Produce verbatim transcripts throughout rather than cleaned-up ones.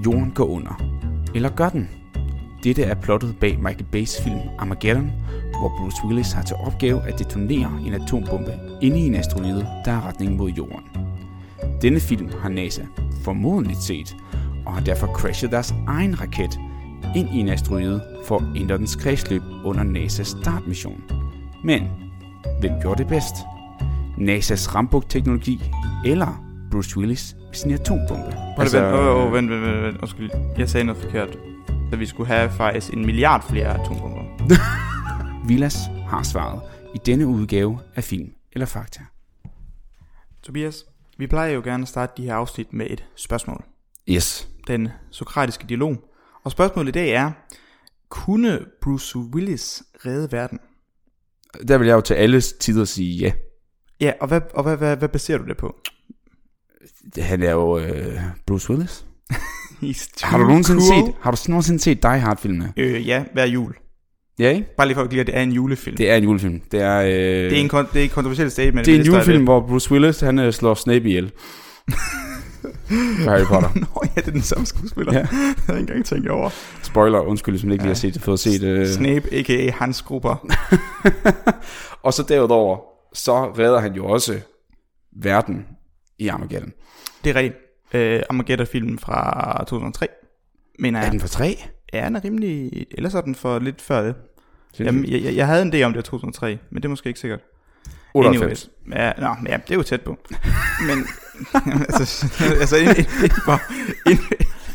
Jorden går under. Eller gør den? Dette er plottet bag Michael Bay's film Armageddon, hvor Bruce Willis har til opgave at detonere en atombombe inde i en asteroide, der er retning mod Jorden. Denne film har NASA formodentlig set, og har derfor crashet deres egen raket ind i en asteroide for at ændre dens kredsløb under NASA's startmission. Men hvem gjorde det bedst? NASA's Rambuk-teknologi eller Bruce Willis med sin atombombe? Altså, vent, oh, oh, vent, vent, vent, vent. Undskyld. Jeg sagde noget forkert. Så vi skulle have faktisk en milliard flere atombomber. Vilas har svaret i denne udgave af Film eller Fakta. Tobias, vi plejer jo gerne at starte de her afsnit med et spørgsmål. Yes. Den sokratiske dialog. Og spørgsmålet i dag er, kunne Bruce Willis redde verden? Der vil jeg jo til alle tider sige ja. Ja, og hvad, og hvad, hvad, hvad baserer du det på? Han er jo øh, Bruce Willis. Har du nogensinde cool. set Har du nogensinde set Die Hard-filmene? Øh, ja, hver jul. Ja, ikke? Bare lige for at glide, at det er en julefilm. Det er en julefilm. Det er, øh... det er en kon- det er en kontroversiel statement. Det er en julefilm, det. Hvor Bruce Willis han øh, slår Snape ihjel. Harry Potter. Nå ja, det er den samme skuespiller. Ja. Jeg har ikke engang tænkt over. Spoiler, undskyld, hvis man ikke ja. lige har set det. For at se det. Snape, a k a. Hans Gruber. Og så derudover, så redder han jo også verden i Armageddon. Det er rigtigt. Uh, Armageddon-filmen fra to tusind og tre. Men er den fra tre? Ja, den er rimelig. Ellers er den for lidt før det. Jamen, jeg, jeg, jeg havde en idé om det var to tusind og tre, men det er måske ikke sikkert. otteoghalvfems. Ja, nå, ja, det er jo tæt på. Men altså, altså inden, inden, for, inden,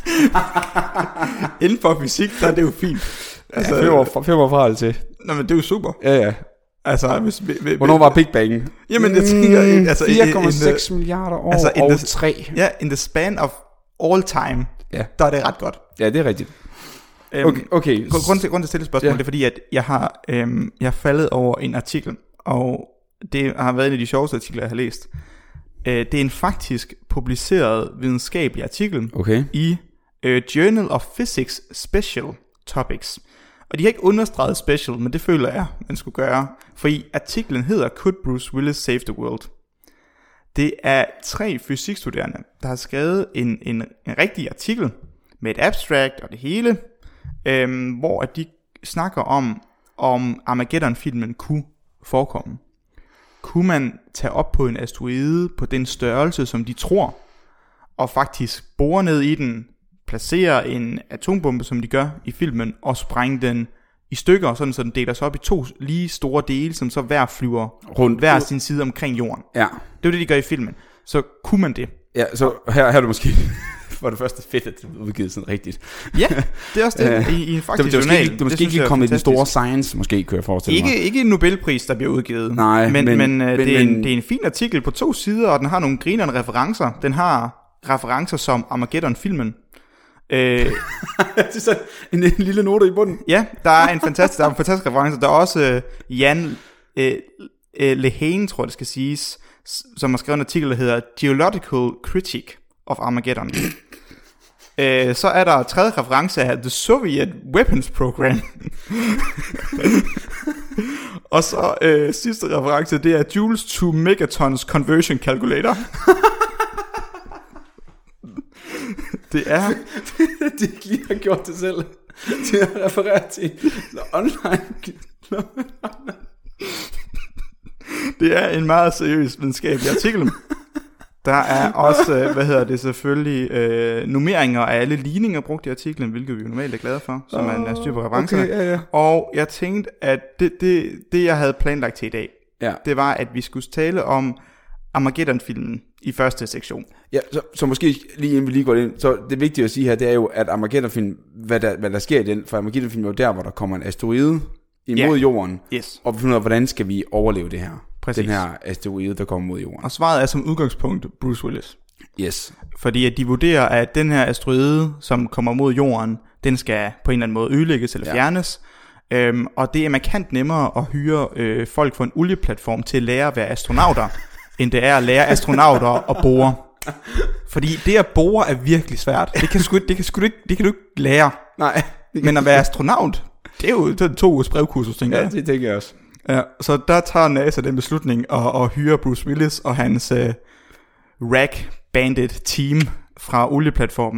inden for fysik, der er det jo fint. Altså, ja, fem år, fem år fra det til. Nå, men det er jo super. Ja, ja. Altså, hvis, hvis, hvornår var Big Bang? Jamen, jeg tænker... Altså, fire komma seks milliarder år altså, og tre. Ja, in the span of all time, ja. Der er det ret godt. Ja, det er rigtigt. Okay, okay. Grunden til, grund til at stille spørgsmål, ja. Det er fordi, at jeg har, øhm, jeg har faldet over en artikel, og det har været en af de sjoveste artikler, jeg har læst. Øh, det er en faktisk publiceret videnskabelig artikel okay. i uh, Journal of Physics Special Topics. Og de har ikke understreget special, men det føler jeg, man skulle gøre. Fordi artiklen hedder Could Bruce Willis Save the World? Det er tre fysikstuderende, der har skrevet en, en, en rigtig artikel med et abstract og det hele, øhm, hvor de snakker om, om Armageddon-filmen kunne forekomme. Kunne man tage op på en asteroide på den størrelse, som de tror, og faktisk bore ned i den, placere en atombombe, som de gør i filmen, og sprænge den i stykker, sådan så den deler sig op i to lige store dele, som så hver flyver rundt hver sin side omkring jorden. Ja. Det er jo det, de gør i filmen. Så kunne man det. Ja, så her, her er det måske for det første fedt, at det er udgivet sådan rigtigt. Ja, det er også det i, i en faktisk det, det, journal. Det er måske ikke kommet i den store science, måske kunne jeg forestille mig. Ikke, ikke en Nobelpris, der bliver udgivet. Nej, men, men, men, men, det, er men en, det er en fin artikel på to sider, og den har nogle grinerende referencer. Den har referencer som Armageddon-filmen. Øh, det er sådan en, en lille note i bunden. Ja, der er en fantastisk, der er en fantastisk reference. Der er også uh, Jan uh, uh, Lehane, tror jeg det skal siges, som har skrevet en artikel, der hedder Geological Critique of Armageddon. uh, Så er der tredje reference af The Soviet Weapons Program. Og så uh, sidste reference, det er Joules to Megatons Conversion Calculator. Det er de ikke lige har gjort det selv til at referere til online. Det er en meget seriøs videnskabelig artikel. Der er også, hvad hedder det selvfølgelig, øh, nummeringer af alle ligninger brugt i artiklen, hvilket vi jo normalt er glade for, så man er styr på referencerne. Okay, ja, ja. Og jeg tænkte, at det, det, det jeg havde planlagt til i dag, ja. det var, at vi skulle tale om Armageddon-filmen i første sektion. Ja, så, så måske lige inden vi lige går ind, så det vigtige at sige her, det er jo, at Armageddon-film, hvad der, hvad der sker i den, for Armageddon-film er jo der, hvor der kommer en asteroide imod yeah. jorden, yes. og vi finder ud af, hvordan skal vi overleve det her, præcis. Den her asteroide, der kommer mod jorden. Og svaret er som udgangspunkt Bruce Willis. Yes. Fordi at de vurderer, at den her asteroide, som kommer mod jorden, den skal på en eller anden måde ødelægges eller fjernes. Ja. Øhm, og det er markant nemmere at hyre øh, folk fra en olieplatform til at lære at være astronauter, end det er at lære astronauter at bore. Fordi det at bore er virkelig svært. Det kan, sgu, det kan, sgu, det, det kan du ikke lære. Nej. Men at være astronaut, det er jo det er to ugers brevkursus, tænker jeg. Ja, det tænker jeg også. Ja, så der tager NASA den beslutning at, at hyre Bruce Willis og hans uh, Rack Bandit team fra olieplatformen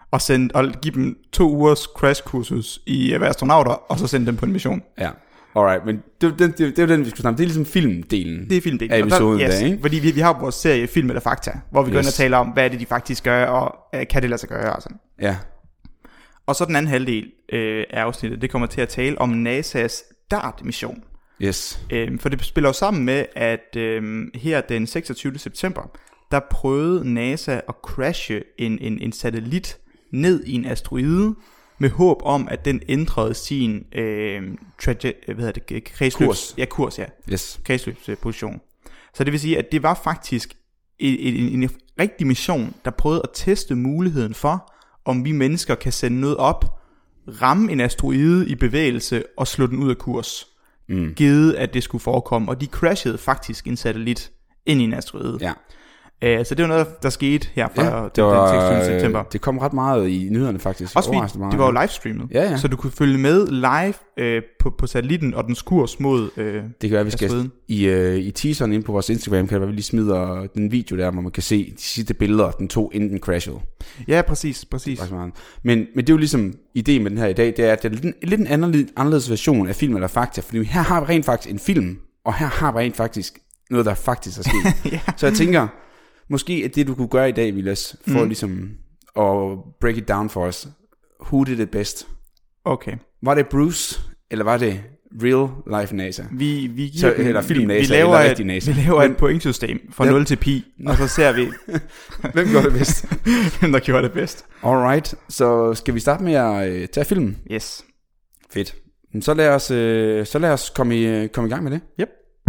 og, sende, og give dem to ugers crashkursus i at være astronauter, og så sende dem på en mission. Ja, alright, men det, det, det, det er jo den, vi skulle snakke. Det er ligesom filmdelen. Det er filmdelen. Af episoden der, yes, der, ikke? Fordi vi, vi har vores serie Film eller Fakta, hvor vi yes. går ind og taler om, hvad er det, de faktisk gør, og uh, kan det lade sig gøre, og sådan. Ja. Og så den anden halvdel øh, af afsnittet, det kommer til at tale om NASA's DART-mission. Yes. Øhm, for det spiller jo sammen med, at øhm, her den seksogtyvende september, der prøvede NASA at crashe en, en, en satellit ned i en asteroide, med håb om, at den ændrede sin øh, traje- hvad hedder det, kredsløbs, kurs. Ja, kurs, ja. Yes. Kredsløbsposition. Så det vil sige, at det var faktisk en, en, en rigtig mission, der prøvede at teste muligheden for, om vi mennesker kan sende noget op, ramme en asteroide i bevægelse og slå den ud af kurs. Mm. Givet at det skulle forekomme. Og de crashede faktisk en satellit ind i en asteroide. Ja. Uh, så det var noget, der skete her fra ja, den, var, den seksogtyvende september. Det kom ret meget i nyhederne faktisk. Også fordi det var jo livestreamet. Ja, ja. Så du kunne følge med live uh, på, på satellitten og dens kurs mod uh, det gør vi skal i, uh, i teaseren inde på vores Instagram, kan vi lige smider den video der, hvor man kan se de sidste billeder, den tog inden den crashede. Ja, præcis, præcis. Men, men det er jo ligesom ideen med den her i dag, det er, at det er lidt, lidt en anderledes, anderledes version af film eller fakta, fordi her har vi rent faktisk en film, og her har vi rent faktisk noget, der faktisk er sket. ja. Så jeg tænker, måske at det du kunne gøre i dag, Vilas, for mm. ligesom at break it down for os. Who did it best? Okay. Var det Bruce, eller var det real life NASA? Vi, vi, giver så, den, eller film NASA, vi, vi laver eller et, NASA. Vi laver et pointsystem fra nul til pi, og så ser vi, hvem gjorde det bedst. Hvem der gjorde det bedst. Alright, så skal vi starte med at øh, tage filmen? Yes. Fedt. Så lad os, øh, så lad os komme, i, komme i gang med det. Yep.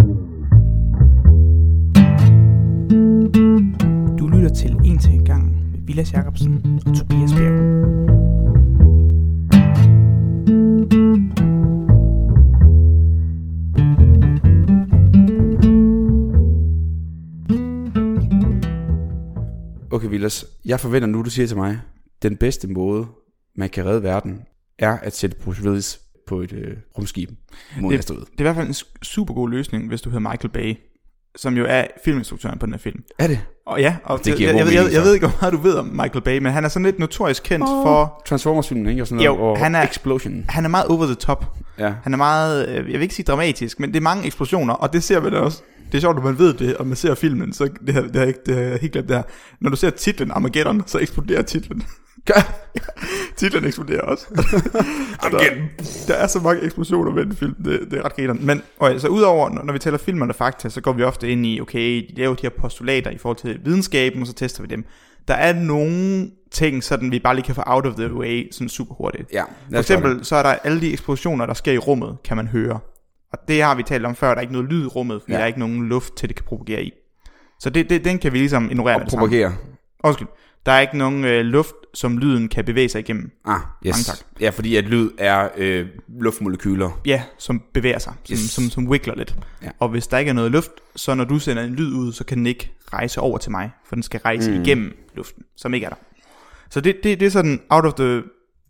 Du lytter til En til en gang med Vilas Jacobsen og Tobias Bjerg. Okay, Vilas, jeg forventer nu, du siger til mig, den bedste måde, man kan redde verden, er at sætte Bruce Willis på et øh, rumskib mod det, det er i hvert fald en super god løsning, hvis du hedder Michael Bay, som jo er filminstruktøren på den her film. Er det? Og ja, og det jeg, jeg, jeg, jeg, jeg ved ikke, hvor meget du ved om Michael Bay, men han er sådan lidt notorisk kendt oh. for Transformers-filmen, ikke? Og sådan jo, noget, og han er, Explosion. Han er meget over the top. Ja. Han er meget, jeg vil ikke sige dramatisk, men det er mange eksplosioner, og det ser vi da også. Det er sjovt, at man ved det, og man ser filmen, så det har, det har, ikke, det har helt glemt det her. Når du ser titlen Armageddon, så eksploderer titlen. Titlen eksploderer også. der, der er så mange eksplosioner ved den film, det, det er ret grineren. Men okay, så udover, når, når vi taler film eller fakta, så går vi ofte ind i, okay, de laver de her postulater i forhold til videnskaben, og så tester vi dem. Der er nogle ting, sådan vi bare lige kan få out of the way, sådan super hurtigt. Ja, for eksempel, så er der alle de eksplosioner, der sker i rummet, kan man høre. Og det har vi talt om før, der er ikke noget lyd i rummet, fordi ja. Der er ikke nogen luft til, det kan propagere i. Så det, det, den kan vi ligesom ignorere og propagere. Undskyld. Der er ikke nogen øh, luft, som lyden kan bevæge sig igennem. Ah, yes. Mange tak. Ja, fordi at lyd er øh, luftmolekyler. Ja, som bevæger sig, som, yes. som, som wiggler lidt. Ja. Og hvis der ikke er noget luft, så når du sender en lyd ud, så kan den ikke rejse over til mig, for den skal rejse mm. igennem luften, som ikke er der. Så det, det, det er sådan out of the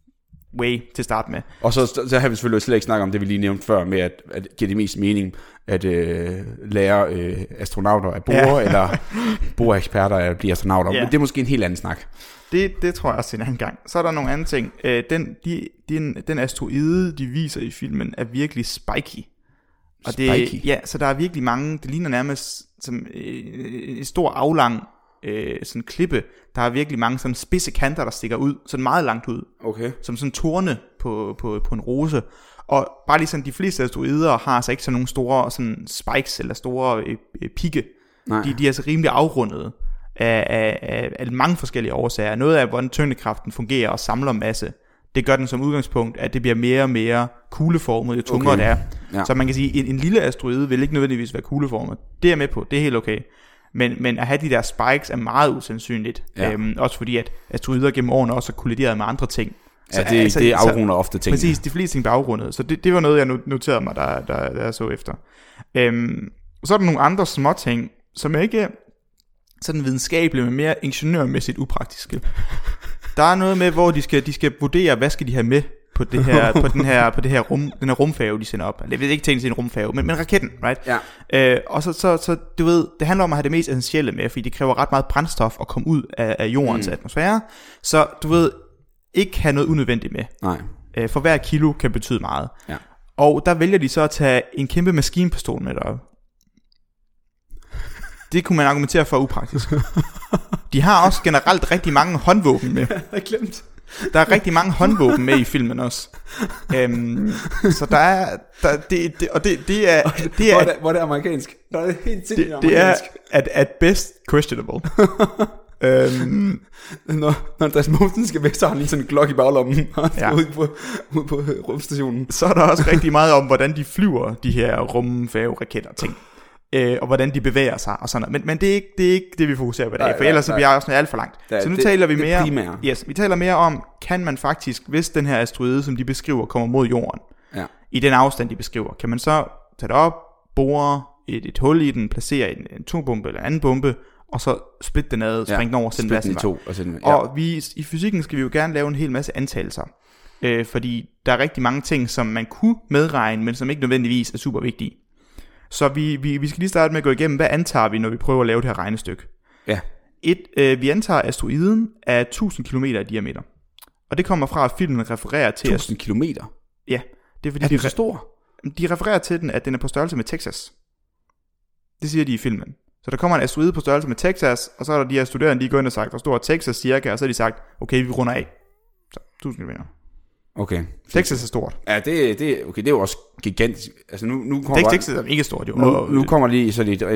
way til at starte med. Og så, så har vi selvfølgelig slet ikke snakket om det, vi lige nævnte før, med at, at give det mest mening, at øh, lære øh, astronauter at bore, ja. Eller boreeksperter at blive astronauter. Ja. Men det er måske en helt anden snak. Det, det tror jeg også en anden gang. Så er der nogle andre ting. Øh, den, de, den, den asteroide, de viser i filmen, er virkelig spiky. Og det, spiky? Ja, så der er virkelig mange, det ligner nærmest som øh, en stor aflang øh, sådan klippe. Der er virkelig mange sådan spidse kanter, der stikker ud, sådan meget langt ud. Okay. Som sådan torne på, på, på en rose. Og bare lige sådan, de fleste asteroider har altså ikke sådan nogle store sådan spikes eller store øh, øh, pigge. De, de er altså rimelig afrundede af, af, af, af mange forskellige årsager. Noget af, hvordan tyngdekraften fungerer og samler masse, det gør den som udgangspunkt, at det bliver mere og mere kugleformet, jo tungere okay. det er. Ja. Så man kan sige, en, en lille asteroide vil ikke nødvendigvis være kugleformet. Det er jeg med på, det er helt okay. Men, men at have de der spikes er meget usandsynligt. Ja. Øhm, også fordi, at asteroider gennem årene også har kollideret med andre ting. Så, ja, det, altså, det afrunder så, ofte ting. Præcis, de fleste ting bliver afrundet. Så det, det var noget, jeg noterede mig, der, der, der jeg så efter. Øhm, så er der nogle andre små ting, som er ikke sådan videnskabelige, men mere ingeniørmæssigt upraktiske. Der er noget med, hvor de skal, de skal vurdere, hvad skal de have med på det her, på den her, på det her rum, den her rumfærge, de sender op. Jeg ved ikke tænke til en rumfærge, men, men raketten, right? Ja. Øh, og så, så, så, du ved, det handler om at have det mest essentielle med, fordi det kræver ret meget brændstof at komme ud af, af jordens mm. atmosfære. Så du ved, ikke have noget unødvendigt med. Nej. Øh, for hver kilo kan betyde meget. Ja. Og der vælger de så at tage en kæmpe maskinpistol med derop. Det kunne man argumentere for upraktisk. De har også generelt rigtig mange håndvåben med. Jeg har glemt. Der er rigtig mange håndvåben med i filmen også. Øhm, så der er, der, det, det, og det, det er, det er, hvor, er det, hvor er det amerikansk? Hvor er det helt det, det er at, at best questionable. øhm, når, når Andreas Mogensen skal væk, så har han lige sådan en glok i baglommen ja. ude på, ude på rumstationen. Så er der også rigtig meget om, hvordan de flyver, de her rumfærge-raketter ting. Øh, og hvordan de bevæger sig og sådan noget. Men, men det, er ikke, det er ikke det, vi fokuserer på i dag, nej, for ellers nej, nej. bliver jeg også alt for langt. Ja, så nu det, taler vi det mere, primære. yes, vi taler mere om, kan man faktisk, hvis den her asteroide, som de beskriver, kommer mod jorden, ja. i den afstand, de beskriver, kan man så tage det op, bore et, et hul i den, placere en, en atombombe eller en anden bombe, og så splitte den ad, springe ja, den over, sende den i to, og, sende, ja. Og vi, i fysikken skal vi jo gerne lave en hel masse antagelser, øh, fordi der er rigtig mange ting, som man kunne medregne, men som ikke nødvendigvis er super vigtige. Så vi, vi, vi skal lige starte med at gå igennem, hvad antager vi, når vi prøver at lave det her regnestykke. Ja. Et, øh, vi antager, at asteroiden er tusind kilometer i diameter. Og det kommer fra, at filmen refererer til... tusind kilometer? Ja. Det er, fordi er den de, så stor? De refererer til den, at den er på størrelse med Texas. Det siger de i filmen. Så der kommer en asteroide på størrelse med Texas, og så er der de her studerende, de går ind og sagt, hvor stor er Texas cirka, og så har de sagt, okay, vi runder af. Så, tusind kilometer. Okay. Texas er stort. Ja, det, det, okay, det er jo også gigantisk. Altså nu, nu kommer Texas, Texas er ikke stort, jo. Nu, nu kommer lige så lidt...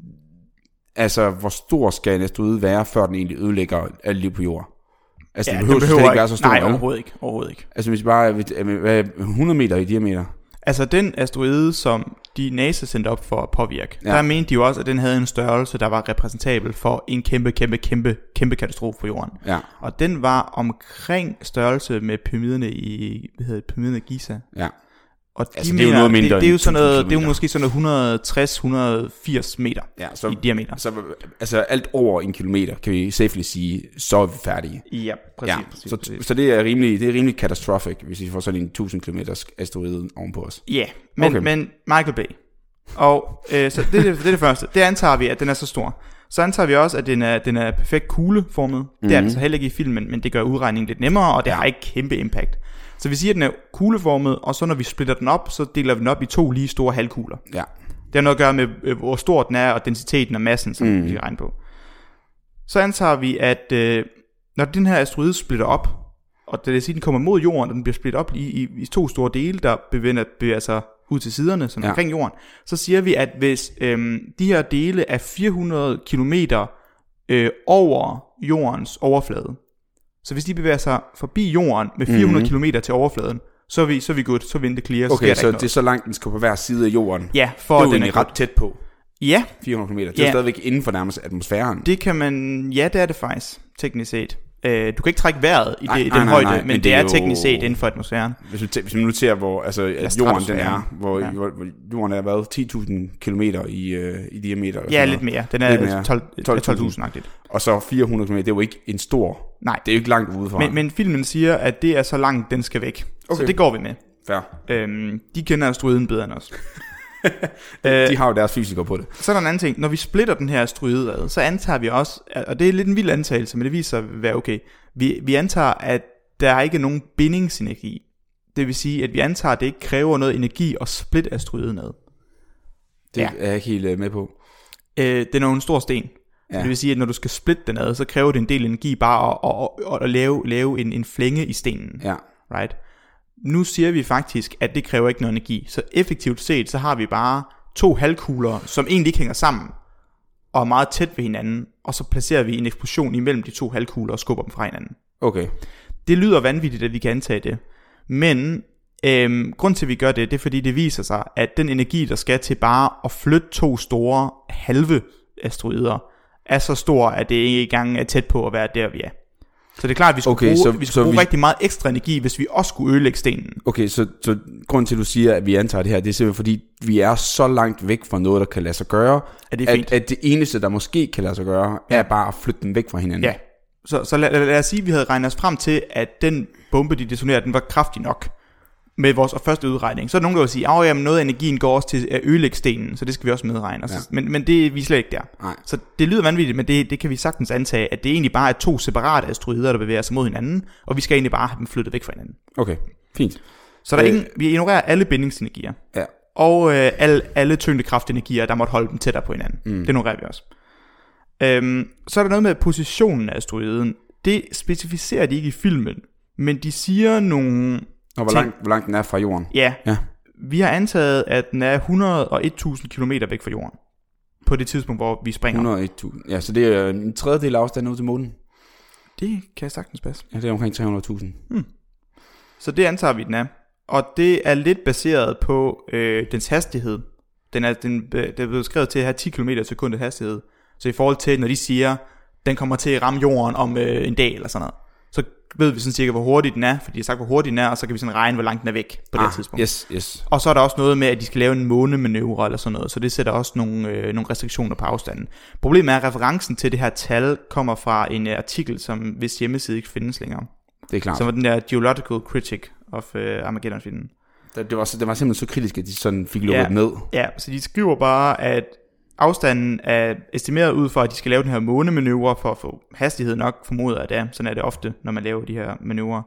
Altså, hvor stor skal en asteroide være, før den egentlig ødelægger alt liv på jorden? Altså, ja, det behøver, det behøver ikke ikke være så stort. Nej, overhovedet ikke. Overhovedet ikke. Altså, hvis bare er hundrede meter i diameter. Altså, den asteroide, som de NASA sendte op for at påvirke, ja. Der mente de jo også, at den havde en størrelse, der var repræsentabel for en kæmpe, kæmpe, kæmpe, kæmpe katastrofe på jorden. Ja. Og den var omkring størrelse med pyramiderne i, hvad hedder det, pyramiderne i Giza. Ja. Og de altså, det er jo noget mindre det, det er jo sådan noget, kilometer. det er jo måske sådan noget et hundrede og tres til et hundrede og firs meter ja, så, i diameter. Så altså alt over en kilometer kan vi safely sige, så er vi færdige. Ja, præcis. Ja, præcis, så, præcis. så det er rimelig, det er rimelig catastrophic, hvis vi får sådan en tusind kilometers asteroide ovenpå os. Ja, yeah, men, okay. men Michael Bay. Og øh, så det, det, det er det første. Det antager vi, at den er så stor. Så antager vi også, at den er, den er perfekt kugleformet. Mm-hmm. Det er den så heller ikke i filmen, men det gør udregningen lidt nemmere, og det har ikke kæmpe impact. Så vi siger, at den er kugleformet, og så når vi splitter den op, så deler vi den op i to lige store halvkugler. Ja. Det har noget at gøre med, øh, hvor stor den er, og densiteten og massen, som mm. vi kan regne på. Så antager vi, at øh, når den her asteroide splitter op, og det vil sige, at den kommer mod jorden, og den bliver splittet op i, i, i to store dele, der bevæger, bevæger sig ud til siderne, sådan ja. omkring jorden, så siger vi, at hvis øh, de her dele er fire hundrede kilometer øh, over jordens overflade, så hvis de bevæger sig forbi jorden med fire hundrede mm-hmm. kilometer til overfladen, så er vi, så er vi good, så er vi in the clear. Okay, så, så det er så langt, den skal på hver side af jorden. Ja, for det er den er ret tæt på. Ja. fire hundrede kilometer. Det er ja. stadigvæk inden for nærmest atmosfæren. Det kan man, ja, det er det faktisk, teknisk set. Uh, du kan ikke trække vejret i, nej, det, i nej, den nej, højde, nej, men, men det, det er er jo... teknisk set inden for atmosfæren. Hvis vi, hvis vi nu ser, hvor altså, at jorden den er, hvor, ja. hvor, hvor jorden er været ti tusind kilometer i, uh, i diameter. Ja, lidt mere. Den er tolv tusind-agtigt. Og så fire hundrede kilometer, det er jo ikke en stor... Nej. Det er jo ikke langt udefra. Men, men filmen siger, at det er så langt, den skal væk. Okay. Så det går vi med. Fair. Øhm, de kender asteroiden bedre end os. De har jo deres fysikere på det. Så er der en anden ting. Når vi splitter den her asteroide ad, så antager vi også, og det er lidt en vild antagelse, men det viser sig at være okay. Vi, vi antager, at der er ikke nogen bindingsenergi. Det vil sige, at vi antager, at det ikke kræver noget energi at splitte asteroiden ad. Det ja. er jeg ikke helt med på. Øh, den er jo en stor sten. Ja. Det vil sige, at når du skal splitte den ad, så kræver det en del energi bare at, at, at, at lave, lave en, en flænge i stenen. Ja. Right? Nu siger vi faktisk, at det kræver ikke noget energi. Så effektivt set, så har vi bare to halvkugler, som egentlig ikke hænger sammen, og er meget tæt ved hinanden, og så placerer vi en eksplosion imellem de to halvkugler og skubber dem fra hinanden. Okay. Det lyder vanvittigt, at vi kan antage det. Men øhm, grund til, at vi gør det, det er, fordi det viser sig, at den energi, der skal til bare at flytte to store halve asteroider, er så stor, at det ikke engang er tæt på at være der, vi er. Så det er klart, at vi skulle okay, bruge, så, vi skulle bruge vi... rigtig meget ekstra energi, hvis vi også skulle ødelægge stenen. Okay, så, så grunden til, at du siger, at vi antager det her, det er simpelthen fordi, vi er så langt væk fra noget, der kan lade sig gøre, at det, at, at det eneste, der måske kan lade sig gøre, ja. er bare at flytte dem væk fra hinanden. Ja, så, så lad, lad os sige, at vi havde regnet os frem til, at den bombe, de detonerede, den var kraftig nok. med vores første udregning. Så er der nogen, der vil sige, at oh, noget af energien går også til at ødelægge stenen, så det skal vi også medregne. Ja. Så, men, men det vi er slet ikke der. Nej. Så det lyder vanvittigt, men det, det kan vi sagtens antage, at det egentlig bare er to separate asteroider, der bevæger sig mod hinanden, og vi skal egentlig bare have dem flyttet væk fra hinanden. Okay, fint. Så der er øh. ingen, vi ignorerer alle bindingsenergier. Ja. Og øh, alle, alle tyngdekraftenergier, der måtte holde dem tættere på hinanden. Mm. Det ignorerer vi også. Øhm, så er der noget med positionen af asteroiden. Det specificerer de ikke i filmen, men de siger nogle... Og hvor langt, hvor langt den er fra jorden? Ja. ja. Vi har antaget, at den er et hundrede og et tusind kilometer væk fra jorden. På det tidspunkt, hvor vi springer. et hundrede og et tusind. Ja, så det er en tredjedel afstand ud til månen. Det kan sagtens passe. Ja, det er omkring tre hundrede tusind. Hmm. Så det antager vi, den er. Og det er lidt baseret på øh, dens hastighed. Den er, den, det er blevet skrevet til at have ti kilometer i sekundet hastighed. Så i forhold til, når de siger, den kommer til at ramme jorden om øh, en dag eller sådan noget, så ved vi sådan cirka, hvor hurtig den er, fordi de har sagt, hvor hurtig den er, og så kan vi sådan regne, hvor langt den er væk på ah, det tidspunkt. Yes, yes. Og så er der også noget med, at de skal lave en månemanøvre eller sådan noget, så det sætter også nogle, øh, nogle restriktioner på afstanden. Problemet er, at referencen til det her tal kommer fra en øh, artikel, som hvis hjemmeside ikke findes længere. Det er klart. Som var den der Geological Critic of øh, Armageddon-filmen. Det, det, var, det var simpelthen så kritisk, at de sådan fik lukket ja, ned. Ja, så de skriver bare, at afstanden er estimeret ud for, at de skal lave den her månemanøvre for at få hastighed nok, formoder jeg det. Sådan er det ofte, når man laver de her manøvrer.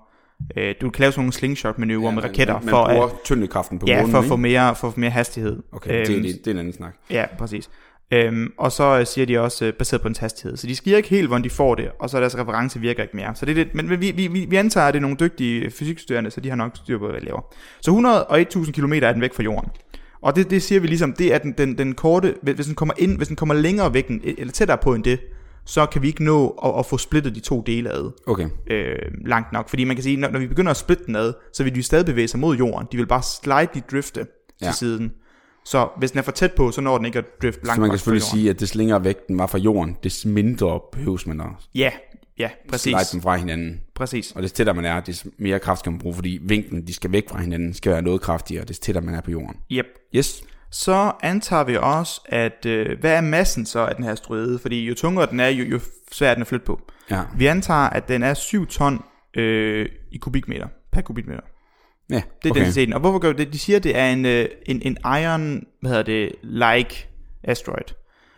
Du kan lave sådan nogle slingshot-manøvrer ja, med raketter. Man, man for bruger at, tyngdekraften på ja, månen, for at få mere, for at få mere hastighed. Okay, øhm, det, er, det er en anden snak. Ja, præcis. Øhm, og så siger de også baseret på en hastighed. Så de siger ikke helt, hvordan de får det, og så deres reference virker ikke mere. Så det er lidt, men vi, vi, vi antager, at det er nogle dygtige fysikstuderende, så de har nok styr på, hvad de laver. Så et hundrede og et tusind kilometer er den væk fra jorden. Og det, det siger vi ligesom, det er den, den, den korte, hvis den kommer ind, hvis den kommer længere væk, eller tættere på end det, så kan vi ikke nå at, at få splittet de to dele ad. Okay. Øh, langt nok. Fordi man kan sige, når, når vi begynder at splitte den ad, så vil de stadig bevæge sig mod jorden. De vil bare slightly drifte til ja. siden. Så hvis den er for tæt på, så når den ikke at drifte langt. Så man kan selvfølgelig sige, at des længere væk den var fra jorden, des mindre behøves man at ja, ja, præcis. slide dem fra hinanden. Præcis. Og des tættere man er, des mere kraft skal man bruge, fordi vinklen, de skal væk fra hinanden, skal være noget kraftigere, des tættere man er på jorden. Yep. Yes. Så antager vi også, at øh, hvad er massen så af den her asteroide? Fordi jo tungere den er, jo, jo sværere den at flytte på. Ja. Vi antager, at den er syv ton øh, i kubikmeter, per kubikmeter. Ja, det er okay. densiteten. Og hvorfor gør det? De siger, at det er en, en, en iron, hvad hedder det, like asteroid.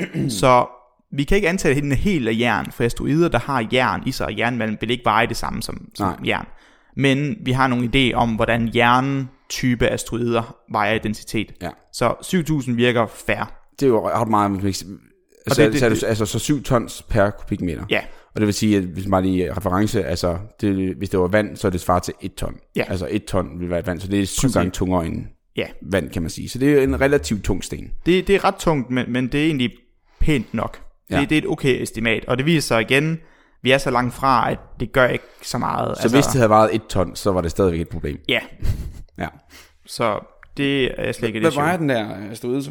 Så vi kan ikke antage, at den er helt af jern, for asteroider, der har jern i sig, og jernmalm vil ikke veje det samme som, som jern. Men vi har nogle idé om, hvordan jerntype asteroider vejer identitet. Ja. Så syv tusind virker fair. Det er jo ret meget. Altså, det, det, så, det, altså så syv tons per kubikmeter. Ja. Og det vil sige, at hvis man lige reference, altså det, hvis det var vand, så er det svaret til et ton. Ja. Altså et ton vil være vand, så det er syv gange tungere end ja. vand, kan man sige. Så det er en relativt tung sten. Det, det er ret tungt, men, men det er egentlig pænt nok. Det, ja. det er et okay estimat, og det viser sig igen, vi er så langt fra, at det gør ikke så meget. Så altså, hvis det havde varet et ton, så var det stadigvæk et problem. Ja. Ja. Så det er slet ikke det. Hvad vejer den der asteroide så?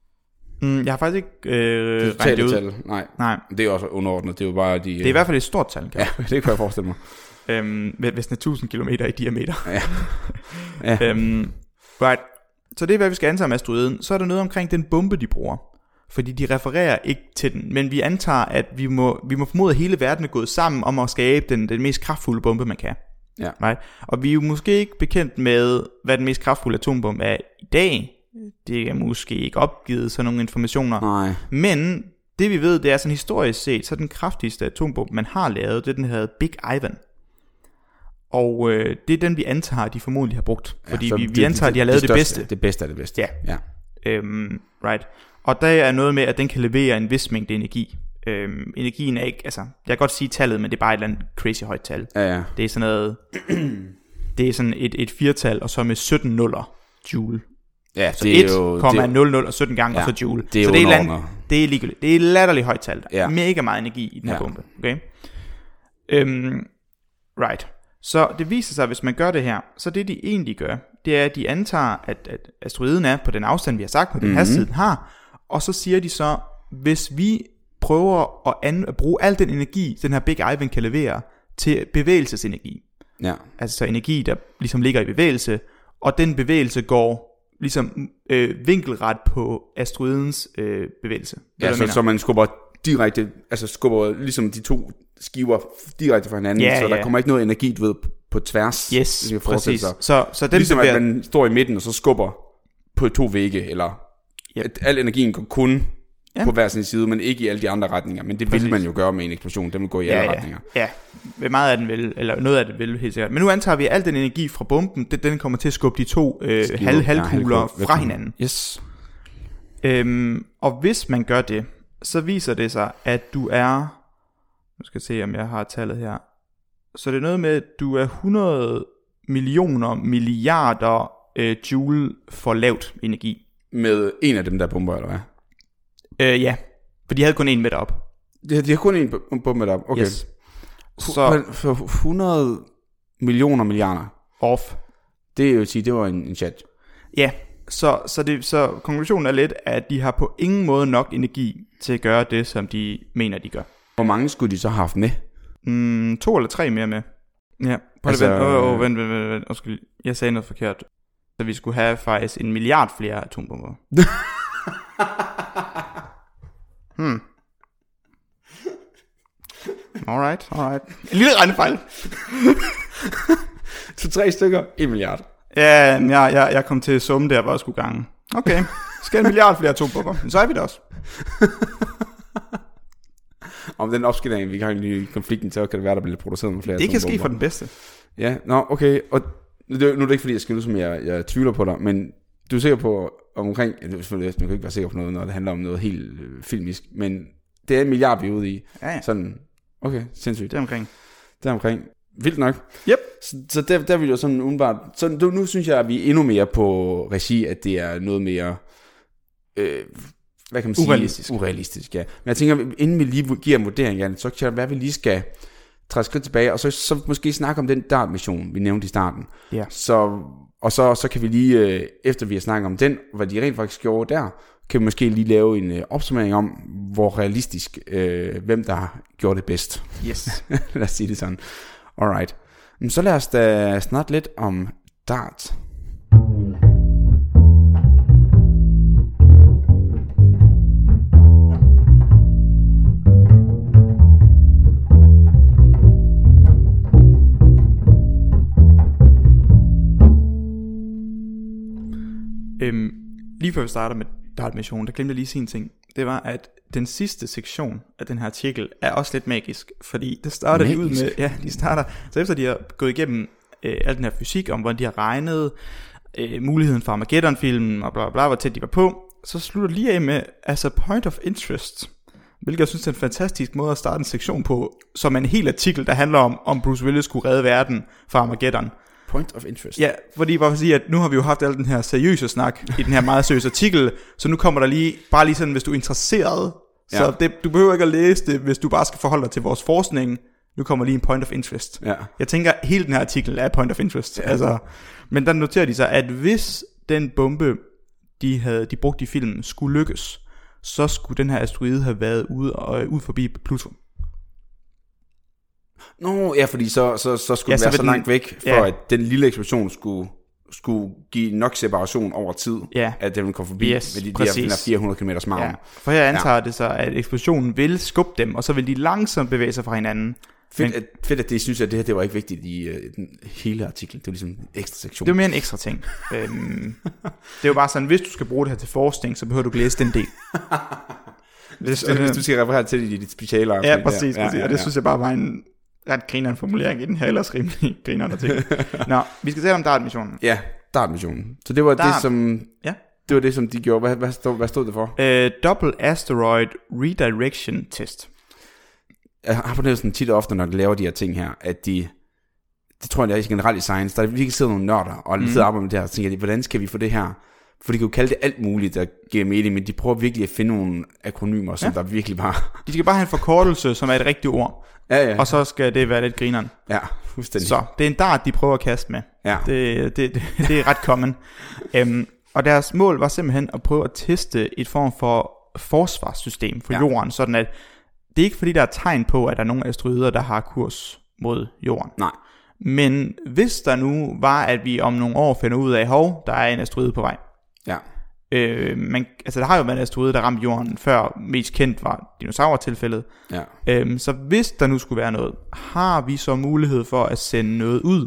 Mm, jeg har faktisk ikke øh, det regnet det ud. Tal. Nej. Nej. Det er også underordnet. Det er jo bare de. Det er i hvert fald et stort tal. Ja, det kan jeg forestille mig. øhm, hvis den er tusind kilometer i diameter. Ja. ja. øhm, right. Så det er hvad vi skal antage med asteroiden. Så er der noget omkring den bombe de bruger. Fordi de refererer ikke til den, men vi antager, at vi må, vi må formode, at hele verden er gået sammen om at skabe den, den mest kraftfulde bombe, man kan. Ja. Right? Og vi er jo måske ikke bekendt med, hvad den mest kraftfulde atombombe er i dag. Det er måske ikke opgivet sådan nogle informationer. Nej. Men det vi ved, det er sådan historisk set, så den kraftigste atombombe, man har lavet, det er den hedder Big Ivan. Og øh, det er den, vi antager, de formodentlig har brugt. Fordi ja, vi, vi det, antager, det, de har lavet det, det, det bedste. Det bedste er det bedste. Ja. ja. Øhm, right. Og der er noget med, at den kan levere en vis mængde energi. Øhm, energien er ikke, altså, jeg kan godt sige tallet, men det er bare et eller andet crazy højt tal. Ja, ja. Det er sådan noget, det er sådan et, et firtal, og så med sytten nuller joule. Ja, så det er et komma nul nul og sytten gange, ja, og så joule. Det er så det er, land, det er ligegyldigt. Det er latterligt højt tal. Ja. Mega meget energi i den her ja. bombe. Okay? Øhm, right. Så det viser sig, at hvis man gør det her, så det de egentlig gør, det er, at de antager, at, at asteroiden er på den afstand, vi har sagt, på den mm-hmm. hastighed den har, og så siger de så, hvis vi prøver at, an- at bruge al den energi, den her Big Ivan kan levere, til bevægelsesenergi. Ja. Altså så energi, der ligesom ligger i bevægelse, og den bevægelse går ligesom øh, vinkelret på asteroidens øh, bevægelse. Ja, så, så man skubber direkte, altså skubber ligesom de to skiver direkte fra hinanden, ja, så der ja. kommer ikke noget energi, du ved, på på tværs. Yes, præcis. Så, så den ligesom bevæger... at man står i midten og så skubber på to vægge, eller yep. at al energien går kun ja. på hver sin side, men ikke i alle de andre retninger. Men det præcis. vil man jo gøre med en eksplosion, den vil gå i ja, alle ja. retninger. Ja, meget af den vil, eller noget af det vil helt sikkert. Men nu antager vi, at al den energi fra bomben, den, den kommer til at skubbe de to øh, halv, halvkugler ja, fra hinanden. Yes. Øhm, og hvis man gør det, så viser det sig, at du er, nu skal jeg se, om jeg har tallet her, så det er noget med, at du er hundrede millioner milliarder øh, joule for lavt energi. Med en af dem der bomber, eller hvad? Øh, ja, for de havde kun en med derop. De, de har kun en bombe med derop, okay. Yes. Så for hundrede millioner milliarder off. Det er jo at sige, det var en, en chat. Ja, så, så, det, så konklusionen er lidt, at de har på ingen måde nok energi til at gøre det, som de mener, de gør. Hvor mange skulle de så have haft med? Mm, to eller tre mere med. Ja, på altså, det vent. Oh, oh, vent, vent, vent, vent. Undskyld, jeg sagde noget forkert. Så vi skulle have faktisk en milliard flere atombomber. hmm. Alright, alright. En lille regnefejl. To tre stykker, en milliard. Ja, jeg, jeg, jeg kom til at summe der, hvor jeg skulle gange. Okay, skal en milliard flere atombomber, så er vi det også. Om den opskalering, vi kan i konflikten, så kan det være, der bliver produceret med flere det atombomber. Det kan ske for den bedste. Ja, nå, okay. Og det, nu er det ikke, fordi jeg skal ud, som jeg, jeg tvivler på dig, men du er sikker på, omkring, man kan ikke være sikker på noget, når det handler om noget helt øh, filmisk, men det er en milliard, vi er ude i. Ja, ja. Sådan, okay, sindssygt. Det er omkring. Det er omkring. Vildt nok. Yep. Så, så der, der vil jo sådan umiddelbart, så nu, nu synes jeg, at vi er endnu mere på regi, at det er noget mere, øh, hvad kan man sige? Urealistisk. Urealistisk, ja. Men jeg tænker, inden vi lige giver en vurdering, Jan, så kan det være, at vi lige skal træde skridt tilbage, og så, så måske snakke om den DART-mission, vi nævnte i starten. Ja. Så, og så, så kan vi lige, øh, efter vi har snakket om den, hvad de rent faktisk gjorde der, kan vi måske lige lave en øh, opsummering om, hvor realistisk, øh, hvem der gjorde det bedst. Yes. Lad os sige det sådan. Alright. Så lad os da snakke lidt om DART. Øhm, lige før vi starter med DART-missionen, der glemte jeg lige at sige en ting. Det var, at den sidste sektion af den her artikel er også lidt magisk, fordi det starter de ud med, ja, de starter, så efter de har gået igennem øh, al den her fysik, om hvordan de har regnet, øh, muligheden for Armageddon-filmen, og bla bla bla, hvor tæt de var på, så slutter lige af med, altså point of interest, hvilket jeg synes er en fantastisk måde at starte en sektion på, som er en hel artikel, der handler om, om Bruce Willis skulle redde verden fra Armageddon. Point of interest. Ja, fordi bare for at sige, at nu har vi jo haft al den her seriøse snak i den her meget seriøse artikel, så nu kommer der lige, bare lige sådan, hvis du er interesseret, så ja. det, du behøver ikke at læse det, hvis du bare skal forholde dig til vores forskning, nu kommer lige en point of interest. Ja. Jeg tænker, at hele den her artikel er point of interest. Ja. Altså, men der noterer de sig, at hvis den bombe, de havde de brugte i filmen, skulle lykkes, så skulle den her asteroide have været ude, og, ud forbi Pluto. Nå, ja, fordi så, så, så skulle ja, den være så, så den, langt væk, for ja. at den lille eksplosion skulle, skulle give nok separation over tid, ja. at den ville komme forbi yes, med de, de her fire hundrede kilometers margen. Ja. For her antager ja. det så, at eksplosionen vil skubbe dem, og så vil de langsomt bevæge sig fra hinanden. Fedt, Men, at, fedt at det synes jeg, at det her det var ikke vigtigt i uh, den hele artikel. Det var ligesom en ekstra sektion. Det var mere en ekstra ting. øhm, det er jo bare sådan, hvis du skal bruge det her til forskning, så behøver du ikke læse den del. hvis, øh, hvis du skal referere til det i dit specialer. Ja, præcis. Ja, præcis. Ja, ja, ja. Og det synes jeg bare var en ret grineren formulering i den her ellers rimelig grineren artikel. Nå, vi skal tale om DART-missionen. Ja, DART-missionen. Så det var Dart. det, som... Ja. Det var det, som de gjorde. Hvad, hvad, stod, hvad stod det for? Uh, Double Asteroid Redirection Test. Jeg har på det sådan tit og ofte, når de laver de her ting her, at de... Det tror jeg, det er generelt i science. Der er virkelig sidder nogle nørder, og de sidder og arbejder med det her, og tænker, hvordan skal vi få det her? For de kan jo kalde det alt muligt, der giver mening, men de prøver virkelig at finde nogle akronymer, som ja. der virkelig bare... De skal bare have en forkortelse, som er et rigtigt ord. Ja, ja. Og så skal det være lidt grineren. Ja, fuldstændig. Så det er en dart, de prøver at kaste med. Ja. Det, det, det, det er ret common. um, og deres mål var simpelthen at prøve at teste et form for forsvarssystem for ja. jorden, sådan at det er ikke fordi, der er tegn på, at der er nogle asteroider, der har kurs mod jorden. Nej. Men hvis der nu var, at vi om nogle år finder ud af, hov, der er en asteroide på vej. Ja. Øh, man, altså der har jo været en asteroide, der ramte jorden før. Mest kendt var dinosaurtilfældet. Ja. øh, Så hvis der nu skulle være noget, har vi så mulighed for at sende noget ud,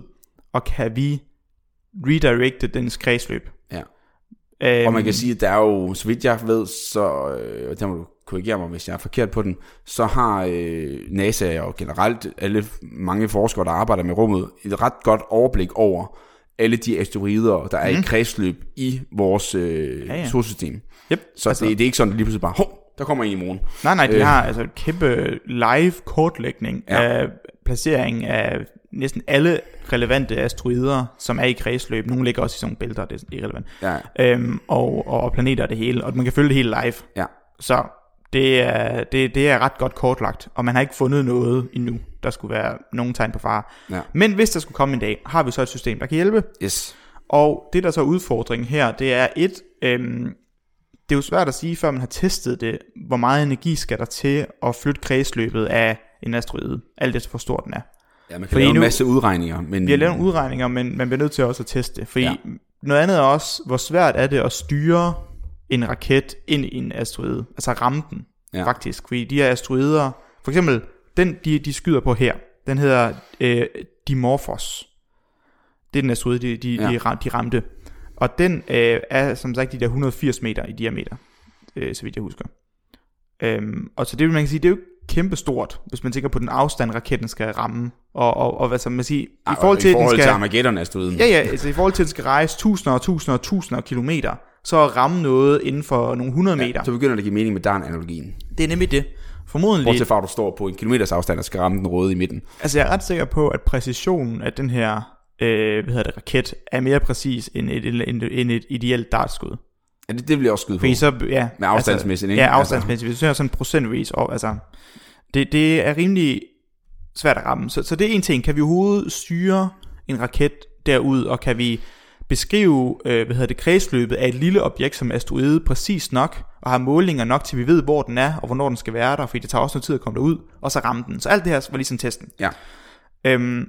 og kan vi redirecte dens kredsløb. Ja. Øhm, og man kan sige, at der er jo, så vidt jeg ved, så, øh, der må du korrigere mig, hvis jeg er forkert på den, så har øh, NASA og generelt alle mange forskere, der arbejder med rummet, et ret godt overblik over alle de asteroider, der er mm. i kredsløb i vores øh, ja, ja. solsystem. Yep. Så altså, det, det er ikke sådan, at lige pludselig bare, hov, der kommer en i morgen. Nej, nej, de øh, har altså kæmpe live kortlægning ja. af placering af næsten alle relevante asteroider, som er i kredsløb. Nogle ligger også i sådan nogle bælter, det er irrelevant. Ja. Øhm, og, og planeter det hele, og man kan følge det hele live. Ja. Så det er, det, det er ret godt kortlagt, og man har ikke fundet noget endnu, der skulle være nogen tegn på fare. Ja. Men hvis der skulle komme en dag, har vi så et system, der kan hjælpe. Yes. Og det der så er udfordringen her, det er et, øhm, det er jo svært at sige, før man har testet det, hvor meget energi skal der til at flytte kredsløbet af en asteroide, alt efter hvor stor den er. Ja, man kan fordi lave en masse udregninger. Men... Vi har lavet udregninger, men man bliver nødt til også at teste. Fordi ja. noget andet er også, hvor svært er det at styre en raket ind i en asteroide. Altså ramme den, ja. faktisk. Fordi de her asteroider, for eksempel, den de, de skyder på her, den hedder øh, Dimorphos. Det er den asteroide, de, de, ja. de, de ramte. Og den øh, er som sagt de der et hundrede og firs meter i diameter, øh, så vidt jeg husker. Øhm, og så det vil man kan sige, det er jo kæmpe stort, hvis man tænker på den afstand raketten skal ramme, og, og, og hvad så man siger, i forhold til, i forhold til den skal, Armageddon asteroiden. Ja, ja, altså i forhold til, at den skal rejse tusinder og tusinder og tusinder af kilometer, så at ramme noget inden for nogle hundrede ja, meter. Så begynder det at give mening med darn-analogien. Det er nemlig det. Formodentlig. Bortset fra, at du står på en kilometers afstand og skal ramme den røde i midten. Altså jeg er ret sikker på, at præcisionen af den her øh, hvad hedder det, raket er mere præcis end et, end, end et ideelt dartskud. Ja, det, det vil jeg også skyde på. Så, ja, med afstandsmæssigt, altså, ja, afstandsmæssigt. Hvis du ser sådan procentvis op, altså, det, det er rimelig svært at ramme. Så, så det er en ting. Kan vi overhovedet styre en raket derud, og kan vi beskrive øh, hvad hedder det, kredsløbet af et lille objekt som asteroide præcis nok, og have målinger nok til vi ved, hvor den er, og hvornår den skal være der, fordi det tager også noget tid at komme derud, og så ramme den. Så alt det her var ligesom testen. Ja. Øhm,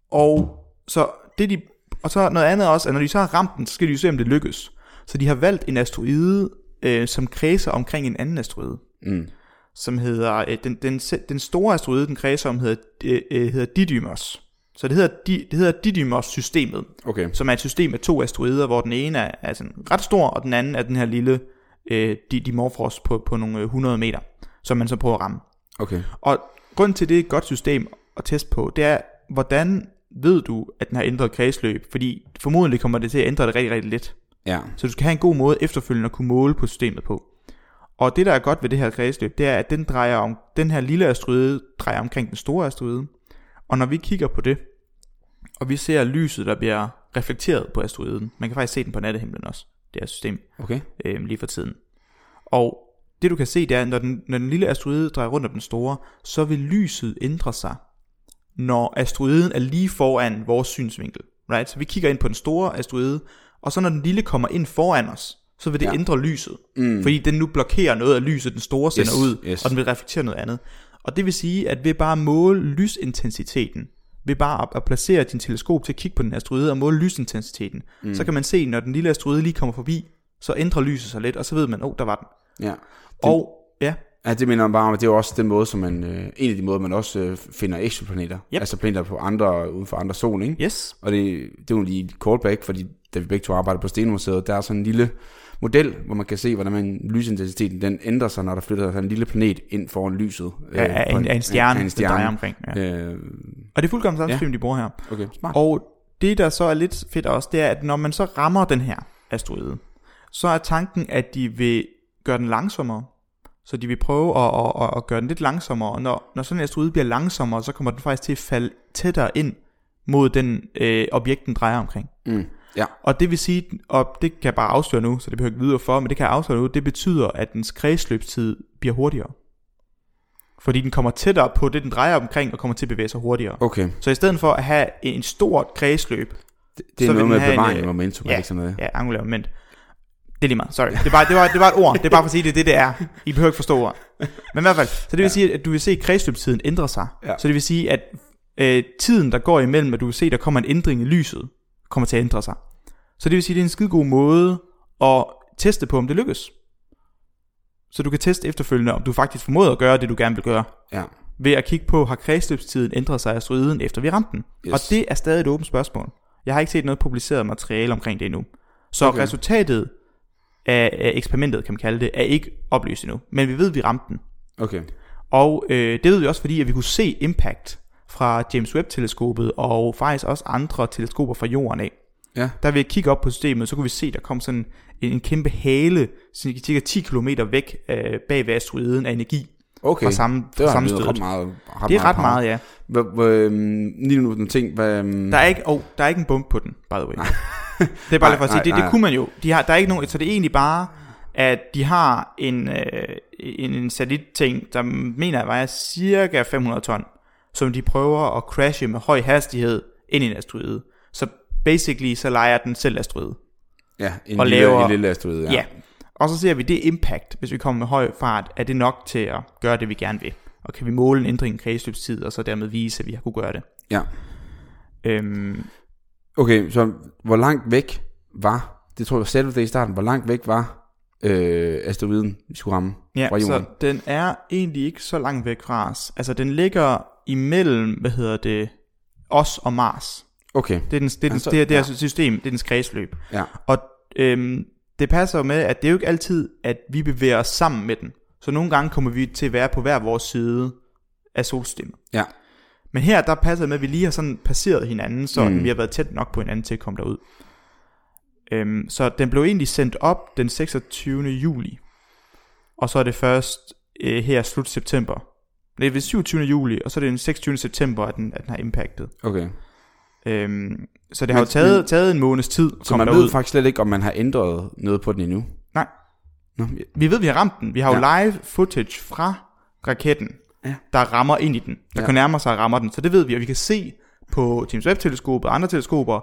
og så det de, og så noget andet også, at når de så har ramt den, så skal de jo se, om det lykkes. Så de har valgt en asteroide, øh, som kredser omkring en anden asteroide, mm. som hedder, øh, den, den, den store asteroide, den kredser om, hedder, øh, hedder Didymos. Så det hedder, det hedder Didymos-systemet, okay. som er et system af to asteroider, hvor den ene er, er sådan ret stor, og den anden er den her lille øh, Dimorphos på, på nogle hundrede meter, som man så prøver at ramme. Okay. Og grunden til, det er et godt system at teste på, det er, hvordan ved du, at den har ændret kredsløb? Fordi formodentlig kommer det til at ændre det rigtig, rigtig lidt. Ja. Så du skal have en god måde efterfølgende at kunne måle på systemet på. Og det der er godt ved det her kredsløb, det er at den drejer om den her lille asteroide drejer omkring den store asteroide. Og når vi kigger på det, og vi ser lyset der bliver reflekteret på asteroiden, man kan faktisk se den på nattehimlen også, det her system, okay. øh, lige for tiden. Og det du kan se, det er når den, når den lille asteroide drejer rundt om den store, så vil lyset ændre sig, når asteroiden er lige foran vores synsvinkel, right? Så vi kigger ind på den store asteroide, og så når den lille kommer ind foran os, så vil det ja. ændre lyset. Mm. Fordi den nu blokerer noget af lyset, den store sender yes, ud, yes. og den vil reflektere noget andet. Og det vil sige, at ved bare at måle lysintensiteten, ved bare at placere din teleskop til at kigge på den asteroide og måle lysintensiteten, mm. så kan man se, når den lille asteroide lige kommer forbi, så ændrer lyset sig lidt, og så ved man, åh, oh, der var den. Ja. Det, og, ja. Ja, det mener man bare om, at det er jo også den måde, som man, øh, en af de måder, man også øh, finder exoplaneter. Yep. Altså planeter på andre, uden for andre sol, ikke? Yes. Og det, det er jo lige et callback, fordi da vi begge to arbejder på Stenmuseet, der er sådan en lille model, hvor man kan se, hvordan man, lysintensiteten den ændrer sig, når der flytter sig en lille planet ind foran lyset. Ja, af øh, en, en stjerne, en, en stjerne. der drejer omkring. Ja. Øh, og det er fuldkommen samme system, ja. de bruger her. Okay, smart. Og det, der så er lidt fedt også, det er, at når man så rammer den her asteroide, så er tanken, at de vil gøre den langsommere. Så de vil prøve at, at, at gøre den lidt langsommere. Og når, når sådan en asteroide bliver langsommere, så kommer den faktisk til at falde tættere ind mod den øh, objekt, den drejer omkring. Mm. Ja. Og det vil sige, og det kan jeg bare afsløre nu, så det behøver ikke videre for, men det kan jeg afsløre nu, det betyder, at dens kredsløbstid bliver hurtigere. Fordi den kommer tættere på det, den drejer omkring, og kommer til at bevæge sig hurtigere. Okay. Så i stedet for at have en stort kredsløb, det, det er noget med bevaring af momentum, ja, ikke sådan noget. Ja, angulær moment. Det er lige meget, sorry. Det var, det, var, det var et ord, det er bare for at sige, det er det, det er. I behøver ikke forstå ord. Men i hvert fald, så det vil ja. sige, at du vil se kredsløbstiden ændre sig. Ja. Så det vil sige, at øh, tiden, der går imellem, at du vil se, der kommer en ændring i lyset, kommer til at ændre sig. Så det vil sige, at det er en skide god måde at teste på, om det lykkes. Så du kan teste efterfølgende, om du faktisk formåede at gøre det, du gerne vil gøre. Ja. Ved at kigge på, har kredsløbstiden ændret sig af asteroiden, efter vi ramte den? Yes. Og det er stadig et åbent spørgsmål. Jeg har ikke set noget publiceret materiale omkring det endnu. Så okay. resultatet af, af eksperimentet, kan man kalde det, er ikke oplyst endnu. Men vi ved, at vi ramte den. Okay. Og øh, det ved vi også, fordi at vi kunne se impact fra James Webb-teleskopet, og faktisk også andre teleskoper fra jorden af. Ja. Der vil vi kigge op på systemet, så kunne vi se, der kom sådan en, en kæmpe hale, cirka ti kilometer væk øh, bag ved asteroiden af energi. Okay, fra samme, det var samme ret meget. Ret det er meget ret meget, ja. Hva, hva, lige nu den ting, hvad... Der er ikke, oh, der er ikke en bump på den, by the way. Det er bare lige for at sige, nej, det, det kunne man jo. De har, der er ikke nogen, så det er egentlig bare, at de har en, øh, en, en satellitting, der mener jeg vejer cirka fem hundrede ton, som de prøver at crashe med høj hastighed ind i en asteroide. Så basically, så leger den selv asteroide. Ja, en og lille, laver, en lille asteroide, ja. ja. Og så ser vi det impact, hvis vi kommer med høj fart, er det nok til at gøre det, vi gerne vil. Og kan vi måle en ændring i kredsløbstid, og så dermed vise, at vi har kunne gøre det. Ja. Øhm, okay, så hvor langt væk var, det tror jeg selv det i starten, hvor langt væk var øh, asteroiden, vi skulle ramme ja, fra jorden? Så den er egentlig ikke så langt væk fra os. Altså den ligger imellem, hvad hedder det, os og Mars. Okay. Det er, den, det er, den, altså, det er, det er ja. system, det er dens kredsløb. Ja. Og øhm, det passer jo med, at det er jo ikke altid, at vi bevæger os sammen med den. Så nogle gange kommer vi til at være på hver vores side af solsystemet. Ja. Men her, der passer det med, at vi lige har sådan passeret hinanden, så mm. vi har været tæt nok på hinanden til at komme derud. Øhm, så den blev egentlig sendt op den seksogtyvende juli. Og så er det først øh, her slut september. Det er ved syvogtyvende juli, og så er det den seksogtyvende september, at den, at den har impactet. Okay. Øhm, så det har men, jo taget, men, taget en måneds tid. Så man ved faktisk slet ikke, om man har ændret noget på den endnu? Nej. Nå, ja. Vi ved, vi har ramt den. Vi har jo ja. live footage fra raketten, ja. der rammer ind i den. Der ja. kan nærme sig og rammer den. Så det ved vi, og vi kan se på James Webb-teleskopet og andre teleskoper,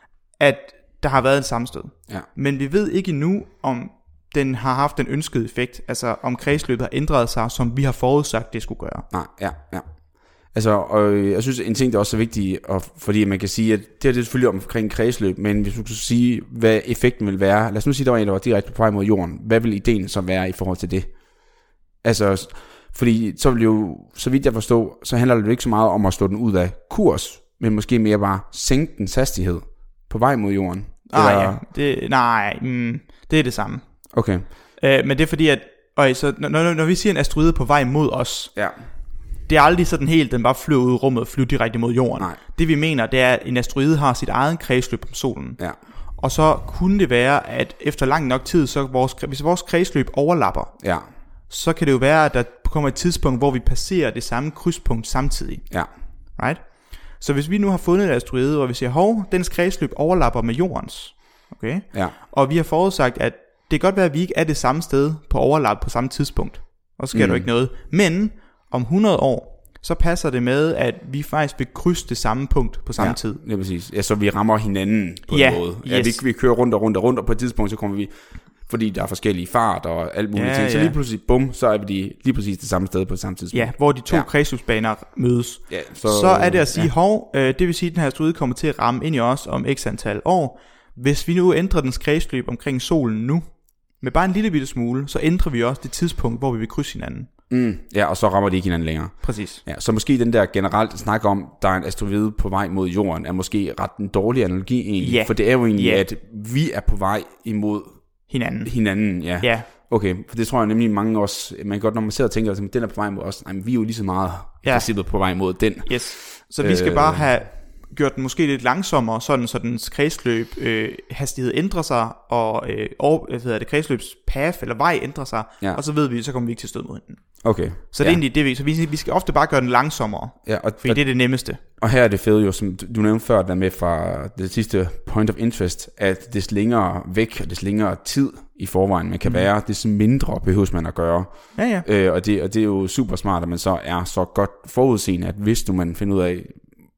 at der har været en sammenstød. Ja. Men vi ved ikke endnu, om den har haft den ønskede effekt. Altså om kredsløbet har ændret sig, som vi har forudsagt, det skulle gøre. Nej, ja, ja. Altså, og jeg synes, en ting, der også er vigtig, og fordi man kan sige, at det er det selvfølgelig omkring kredsløb, men hvis du kan sige, hvad effekten vil være, lad os nu sige, der var en, der var direkte på vej mod jorden, hvad vil ideen så være i forhold til det? Altså, fordi så vil jo, så vidt jeg forstår, så handler det jo ikke så meget om at slå den ud af kurs, men måske mere bare sænke dens hastighed på vej mod jorden. Ah, ja. det, nej, mm, det er det samme. Okay. Øh, men det er fordi, at øj, så når, når, når vi siger en asteroide på vej mod os, ja. det er aldrig sådan helt, den bare flyver ud i rummet og flyver direkte mod jorden. Nej. Det vi mener, det er, at en asteroide har sit eget kredsløb om solen. Ja. Og så kunne det være, at efter lang nok tid, så vores, hvis vores kredsløb overlapper, ja. så kan det jo være, at der kommer et tidspunkt, hvor vi passerer det samme krydspunkt samtidig. Ja. Right? Så hvis vi nu har fundet en asteroide, og vi siger, hov, dens kredsløb overlapper med jordens, okay? Ja. Og vi har forudsagt, at det kan godt være, at vi ikke er det samme sted på overlap på samme tidspunkt. Og så sker mm. der ikke noget. Men om hundrede år, så passer det med, at vi faktisk vil krydse det samme punkt på samme ja, tid. Ja, præcis. Ja, så vi rammer hinanden på ja, en måde. Yes. Ja, vi, vi kører rundt og rundt og rundt, og på et tidspunkt, så kommer vi, fordi der er forskellige fart og alt muligt ja, ting, så ja. lige pludselig, bum, så er vi lige præcis det samme sted på samme tidspunkt. Ja, hvor de to ja. kredsløbsbaner mødes. Ja, så, så er det at sige, ja. hov, øh, det vil sige, at den her asteroide kommer til at ramme ind i os om x antal år. Hvis vi nu ændrer dens kredsløb omkring solen nu, med bare en lille bitte smule, så ændrer vi også det tidspunkt, hvor vi vil krydse hinanden. Mm, ja, og så rammer de ikke hinanden længere. Præcis. Ja, så måske den der generelt snak om, der er en asteroide på vej mod jorden, er måske ret en dårlig analogi egentlig. Ja. For det er jo egentlig, ja. at vi er på vej imod hinanden. Hinanden, ja. ja. Okay, for det tror jeg nemlig mange også, man kan godt, når man sidder og tænker, at den er på vej mod os, nej, men vi er jo lige så meget i ja. princippet på vej mod den. Yes. Så vi skal øh, bare have gjort den måske lidt langsommere, sådan så dens kredsløb øh, hastighed ændrer sig, og øh, og, hvad hedder det, kredsløbs path eller vej ændrer sig, ja. og så ved vi, så kommer vi ikke til at støde mod den. Okay. Så det er ja. egentlig det, vi, så vi, vi skal ofte bare gøre den langsommere, ja, og, fordi og, det er det nemmeste. Og her er det fede jo, som du nævnte før, der med fra det sidste point of interest, at des længere væk, og des længere tid i forvejen man kan mm. være, des mindre behøves man at gøre. Ja, ja. Øh, og, det, og det er jo super smart, at man så er så godt forudseende, at hvis du man finder ud af,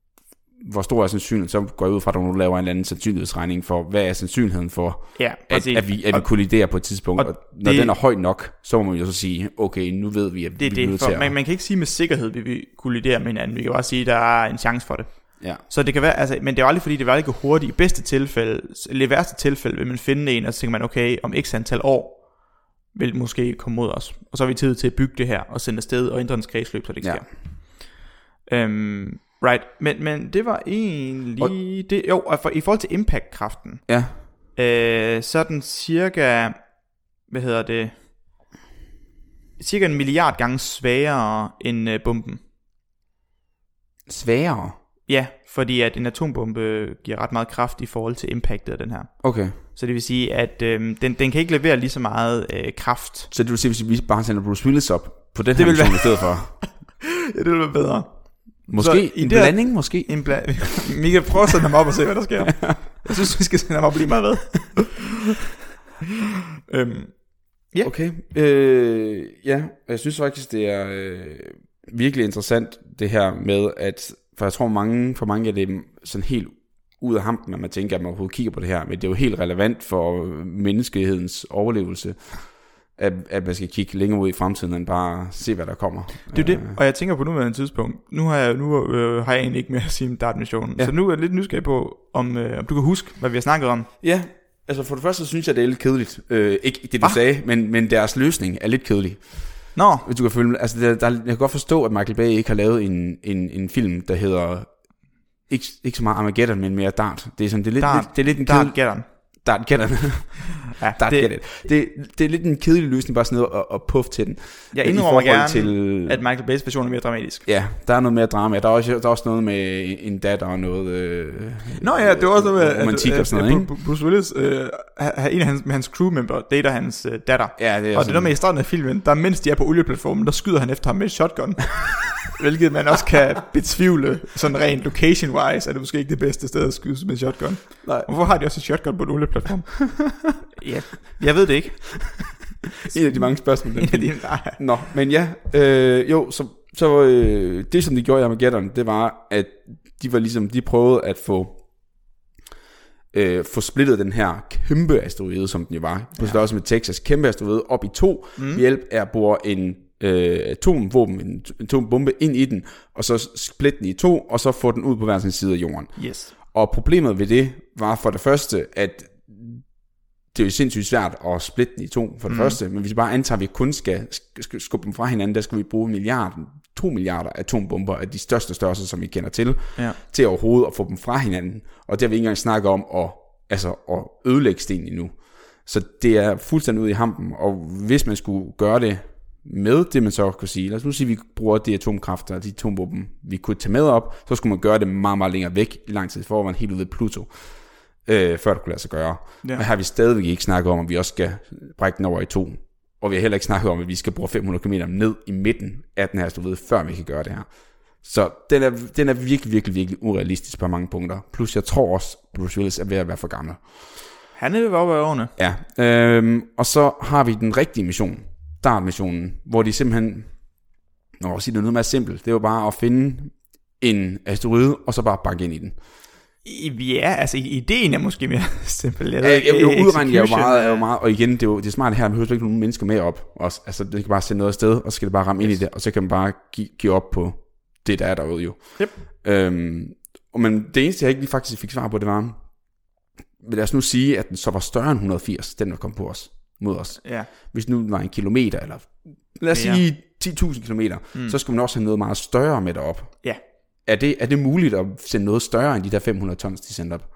hvor stor er sandsynligheden, så går jeg ud fra, at du laver en eller anden sandsynlighedsregning for, hvad er sandsynligheden for, ja, at, at vi, at vi kolliderer på et tidspunkt. Og, og når det, den er høj nok, så må man jo så sige, okay, nu ved vi, at det, vi bliver nødt til at... Man, man kan ikke sige med sikkerhed, at vi vil kollidere med hinanden. Vi kan bare sige, at der er en chance for det. Ja. Så det kan være, altså, men det er jo aldrig, fordi det vil aldrig gå hurtigt. I bedste tilfælde, eller i værste tilfælde, vil man finde en, og så tænker man, okay, om x antal år vil måske komme mod os. Og så har vi tid til at bygge det her, og sende afsted, og ændre dens kredsløb, så det ikke sker. Ja. Øhm, Right, men, men det var egentlig... Og, det, jo, og for, i forhold til impact-kraften, ja. øh, så er den cirka... Hvad hedder det? Cirka en milliard gange svagere end øh, bomben. Svagere? Ja, fordi at en atombombe giver ret meget kraft i forhold til impactet af den her. Okay. Så det vil sige, at øh, den, den kan ikke levere lige så meget øh, kraft. Så det vil sige, hvis vi bare sender Bruce Willis op på den her mission i stedet for? Ja, det vil være bedre. Måske så en blanding, måske? En blanding. Michael, prøv at sende ham op og se, hvad der sker. Jeg synes, vi skal sende ham op lige meget ved. øhm, ja. Okay. Øh, ja, jeg synes faktisk, det er øh, virkelig interessant, det her med, at for jeg tror, mange, for mange er det sådan helt ud af hampen, når man tænker, at man overhovedet kigger på det her, men det er jo helt relevant for menneskehedens overlevelse, at, at man skal kigge længere ud i fremtiden, end bare se, hvad der kommer. Det er det, og jeg tænker på nuværende tidspunkt, nu har jeg, nu, øh, har jeg egentlig ikke mere at sige om DART-missionen, ja. Så nu er jeg lidt nysgerrig på, om, øh, om du kan huske, hvad vi har snakket om. Ja, altså for det første synes jeg, det er lidt kedeligt. Øh, ikke det, du ah. sagde, men, men deres løsning er lidt kedelig. Nå. Hvis du kan følge, altså der, der, jeg kan godt forstå, at Michael Bay ikke har lavet en, en, en film, der hedder, ikke, ikke så meget Armageddon, men mere Dart. Det er sådan, det er lidt, Dart, lidt, det er lidt en kedelig... Dart Dart-Geddon. Ja, Dart det, det, det, det er lidt en kedelig løsning, bare sådan noget og, og puff til den. Jeg indrømmer gerne, til, at Michael Bay's version er mere dramatisk. Ja, der er noget mere drama. Der er også, der er også noget med en datter og noget øh, Nå ja, det var også noget med romantik at, og sådan noget, ikke? Bruce Willis, øh, en af hans, med hans crewmember dater hans øh, datter. Ja, det er og sådan. det der med i starten af filmen, der mens de er på olieplatformen, der skyder han efter ham med et shotgun. Hvilket man også kan betvivle, sådan rent location-wise, er det måske ikke det bedste sted at skyde med en shotgun. Nej. Hvorfor har de også et shotgun på en olieplatform? Ja, jeg ved det ikke. En af de mange spørgsmål. En af de, nej. Nå, men ja, øh, jo, så, så øh, det som de gjorde i Armageddon, det var, at de var ligesom, de prøvede at få, øh, få splittet den her kæmpe asteroide, som den jo var, på størrelse med Texas, kæmpe asteroide, op i to, mm. ved hjælp af at bore en øh, atomvåben, en atombombe ind i den, og så splitte den i to, og så få den ud på hver sin side af jorden. Yes. Og problemet ved det var for det første, at det er jo sindssygt svært at splitte den i to for det mm. første, men hvis vi bare antager, at vi kun skal skubbe dem fra hinanden, der skal vi bruge milliarder, to milliarder atombomber af de største størrelser, som vi kender til, ja. Til overhovedet at få dem fra hinanden. Og det har vi ikke engang snakket om at, altså, at ødelægge sten endnu. Så det er fuldstændig ude i hampen, og hvis man skulle gøre det med det, man så kunne sige, lad os nu sige, at vi bruger de atomkræfter og de atombomben, vi kunne tage med op, så skulle man gøre det meget, meget længere væk i lang tid, for at man helt ude ved Pluto. Øh, før det kunne lade sig gøre. Ja. Og her har vi stadigvæk ikke snakket om, at vi også skal brække den over i to. Og vi har heller ikke snakket om, at vi skal bruge fem hundrede kilometer ned i midten af den her stod ved, før vi kan gøre det her. Så den er, den er virkelig, virkelig, virkelig urealistisk på mange punkter. Plus jeg tror også, at Bruce Willis er ved at være for gammel. Han er ved at være årene. Ja. Øhm, og så har vi den rigtige mission, DART-missionen, hvor de simpelthen, nå, sige det er noget mere simpelt, det er jo bare at finde en asteroide, og så bare bakke ind i den. Ja, altså ideen er måske mere simpel. Jeg, jeg, jeg, jeg udregner jeg jo meget, er jo meget, og igen, det er jo det er smart her, vi behøver ikke nogen mennesker med op. Også, altså, det kan bare sende noget afsted, og så skal det bare ramme yes. ind i det, og så kan man bare give, give op på det, der er derude jo. Yep. Øhm, men det eneste, jeg ikke lige faktisk fik svar på, det var, lad os nu sige, at den så var større end et hundrede og firs, den der kom på os, mod os. Ja. Hvis nu den var en kilometer, eller lad os ja. sige ti tusind kilometer, mm. så skulle man også have noget meget større med derop. Ja. Er det, er det muligt at sende noget større end de der fem hundrede tons, de sendte op?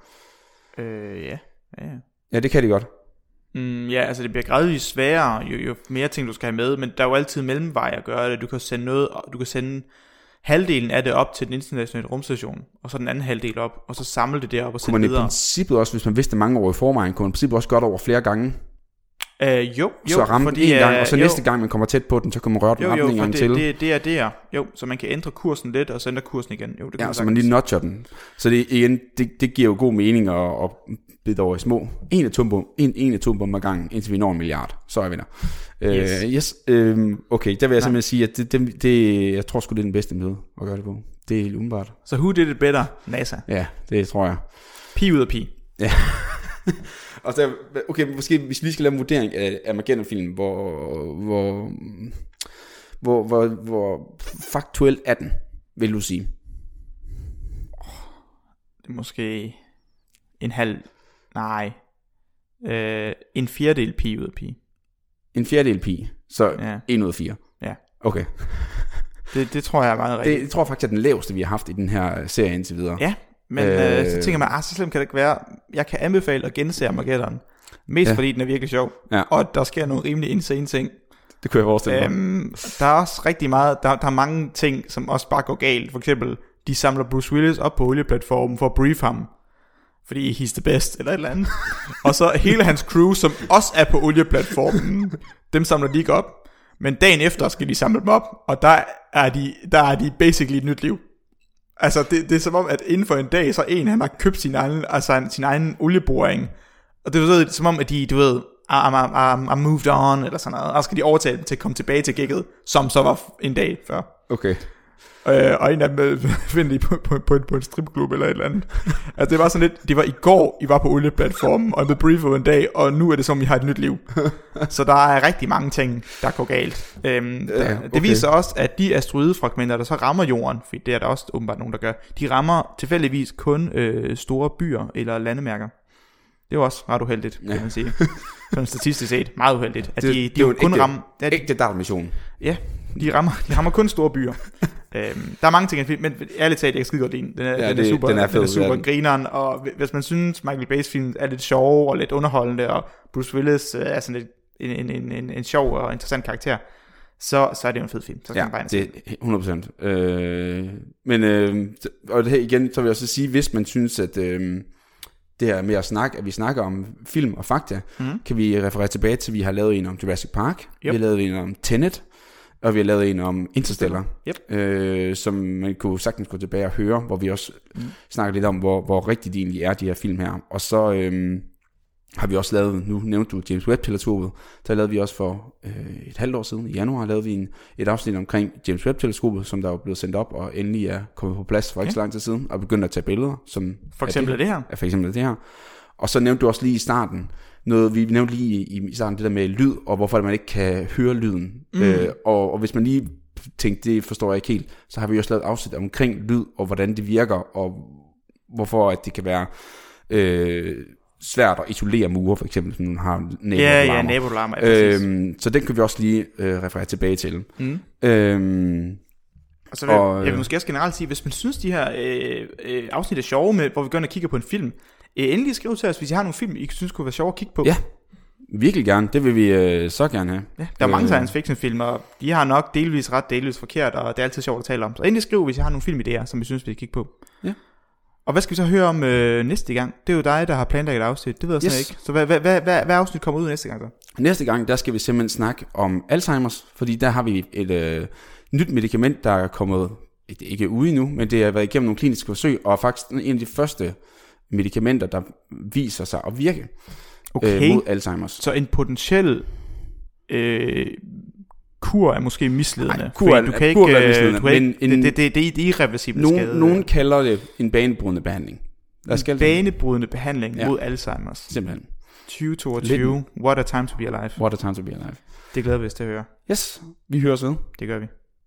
Øh, ja. ja. Ja, det kan de godt. Mm, ja, altså det bliver gradvist sværere, jo, jo mere ting du skal have med, men der er jo altid mellemveje at gøre det. Du kan sende noget, du kan sende halvdelen af det op til den internationale rumstation, og så den anden halvdel op, og så samle det derop og sende videre. Kunne man i princippet også, hvis man vidste mange år i forvejen, kunne man i princippet også godt over flere gange? Øh, jo, jo, så ramme fordi, en gang, og så jo. næste gang man kommer tæt på den, så kan man røre den jo, en gang det, til. Det, det er det er. Jo, så man kan ændre kursen lidt, og så ændre kursen igen. Jo, det kan ja, så man lige notcher den. Så det, igen, det, det giver jo god mening at, at bide over i små. En atombombe, en, en atombombe ad gangen, indtil vi når en milliard. Så er vi der. Yes. Uh, yes uh, okay, der vil jeg Nej. simpelthen sige, at det, det, det, jeg tror sgu, det er den bedste måde at gøre det på. Det er helt umiddelbart. Så who did it better? NASA. Ja, det tror jeg. Pi ud af pi. Ja. Og så, okay, måske hvis vi lige skal lave en vurdering af Armageddon-filmen, hvor, hvor, hvor, hvor, hvor faktuelt er den, vil du sige? Det er måske en halv, nej, øh, en fjerdedel pi ud af pi. En fjerdedel pi, så ja. en ud af fire? Ja. Okay. Det, det tror jeg er meget rigtigt. Det jeg tror jeg faktisk er den laveste, vi har haft i den her serie indtil videre. Ja, men øh, øh, så tænker man, ah, så slemt kan det ikke være. Jeg kan anbefale at gense Armageddon. Mest ja. fordi den er virkelig sjov. Ja. Og der sker nogle rimelig insane ting. Det kunne jeg forestille mig. Øhm, der er også rigtig meget, der, der er mange ting, som også bare går galt. For eksempel, de samler Bruce Willis op på olieplatformen for at brief ham. Fordi he's the best, eller et eller andet. Og så hele hans crew, som også er på olieplatformen, dem samler de ikke op. Men dagen efter skal de samle dem op, og der er de, der er de basically et nyt liv. Altså, det, det er som om, at inden for en dag, så en, han har købt sin egen, altså, sin egen olieboring. Og det er så, som om, at de, du ved, I'm, I'm, I'm moved on, eller sådan noget. Og så skal de overtale dem til at komme tilbage til gigget, som så var en dag før. Okay. Øh, og en af dem finder de på, på, på, på en stripklub eller et eller andet. Altså det var sådan lidt, det var i går, I var på olieplatformen, og the brief en dag, og nu er det som, I har et nyt liv. Så der er rigtig mange ting, der går galt. Øhm, der, ja, okay. Det viser også, at de asteroidefragmenter, der så rammer jorden, for det er der også åbenbart nogen, der gør, de rammer tilfældigvis kun øh, store byer eller landemærker. Det er jo også ret uheldigt, ja. Kan man sige. Sådan statistisk set, meget uheldigt. At det, de, de, de jo kun rammer... Ægte dartmission. Ja, de rammer, de rammer kun store byer. øhm, der er mange ting, men ærligt talt, jeg kan skide godt lide den. Den er, ja, den det, er super, den er, den er super grineren, og hvis man synes, Michael Bay's film er lidt sjov og lidt underholdende, og Bruce Willis øh, er sådan lidt en, en, en, en sjov og interessant karakter, så, så er det jo en fed film. Så ja, det er hundrede procent. Øh, men, øh, og det her igen, så vil jeg også sige, hvis man synes, at... Øh, det her med at snakke, at vi snakker om film og fakta, mm. kan vi referere tilbage til, at vi har lavet en om Jurassic Park, yep. Vi har lavet en om Tenet, og vi har lavet en om Interstellar, yep. øh, som man kunne sagtens gå tilbage og høre, hvor vi også mm. snakker lidt om, hvor, hvor rigtigt de egentlig er, de her film her. Og så øh, har vi også lavet, nu nævnte du James Webb-teleskopet, der lavede vi også for øh, et halvt år siden, i januar, lavede vi en, et afsnit omkring James Webb-teleskopet, som der er blevet sendt op, og endelig er kommet på plads for okay. ikke så lang tid siden, og begyndt at tage billeder. Som for eksempel det, det her? Ja, for eksempel det her. Og så nævnte du også lige i starten, noget, vi nævnte lige i, i starten det der med lyd, og hvorfor man ikke kan høre lyden. Mm. Øh, og, og hvis man lige tænkte, det forstår jeg ikke helt, så har vi også lavet et afsnit omkring lyd, og hvordan det virker, og hvorfor at det kan være... Øh, svært at isolere mure, for eksempel, som har nabolarmer. Ja, ja, nabolarmer, ja, øhm, så den kan vi også lige øh, referere tilbage til. Mm. Øhm, og så vil og, jeg, jeg vil måske også generelt sige, hvis man synes, de her øh, øh, afsnit er sjove, med, hvor vi går ind og kigger på en film, øh, endelig skriv til os, hvis I har nogle film, I synes kunne være sjove at kigge på. Ja, virkelig gerne. Det vil vi øh, så gerne have. Ja, der er mange science fiction film, og de har nok delvis ret, delvis forkert, og det er altid sjovt at tale om. Så endelig skriv, hvis I har nogle filmidéer, som I synes, vi skal kigge på. Ja. Og hvad skal vi så høre om øh, næste gang? Det er jo dig, der har planlagt et afsnit. Det ved jeg yes. ikke. Så hvad, hvad, hvad, hvad, hvad afsnit kommer ud næste gang så? Næste gang, der skal vi simpelthen snakke om Alzheimer's, fordi der har vi et øh, nyt medicament, der er kommet, ikke ude endnu, men det har været igennem nogle kliniske forsøg, og faktisk en af de første medicamenter, der viser sig at virke okay. øh, mod Alzheimer's. Så en potentiel... Øh, kur er måske misledende. Nej, kur er, du kan kur ikke, er misledende, du kan men ikke, det, det, det, det, det er irreversibel nogen, skade. Nogen kalder det en banebrydende behandling. Der skal en banebrydende behandling ja. mod Alzheimer's. Simpelthen. tyve toogtyve, Lidt. What a time to be alive. What a time to be alive. Det glæder vi os til at høre. Yes, vi hører os ved. Det gør vi.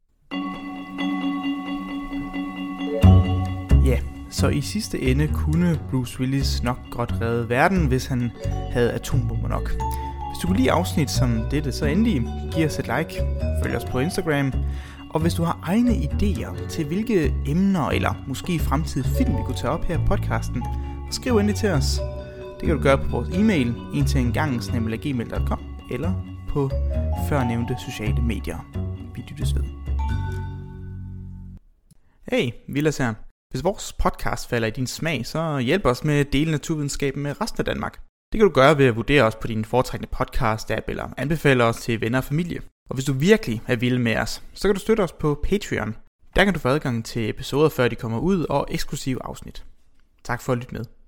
Ja, så i sidste ende kunne Bruce Willis nok godt redde verden, hvis han havde atombomber nok. Hvis du kunne lide afsnit som dette, så endelig giv os et like, følg os på Instagram, og hvis du har egne idéer til hvilke emner eller måske fremtidige film vi kunne tage op her i podcasten, så skriv endelig til os. Det kan du gøre på vores e-mail, en til en gang snabel-a gmail punktum com, eller på førnævnte sociale medier. Vi lyttes ved. Hey, Vilas her. Hvis vores podcast falder i din smag, så hjælp os med at dele naturvidenskaben med resten af Danmark. Det kan du gøre ved at vurdere os på din foretrækkende podcast-app eller anbefale os til venner og familie. Og hvis du virkelig er vild med os, så kan du støtte os på Patreon. Der kan du få adgang til episoder, før de kommer ud, og eksklusive afsnit. Tak for at lytte med.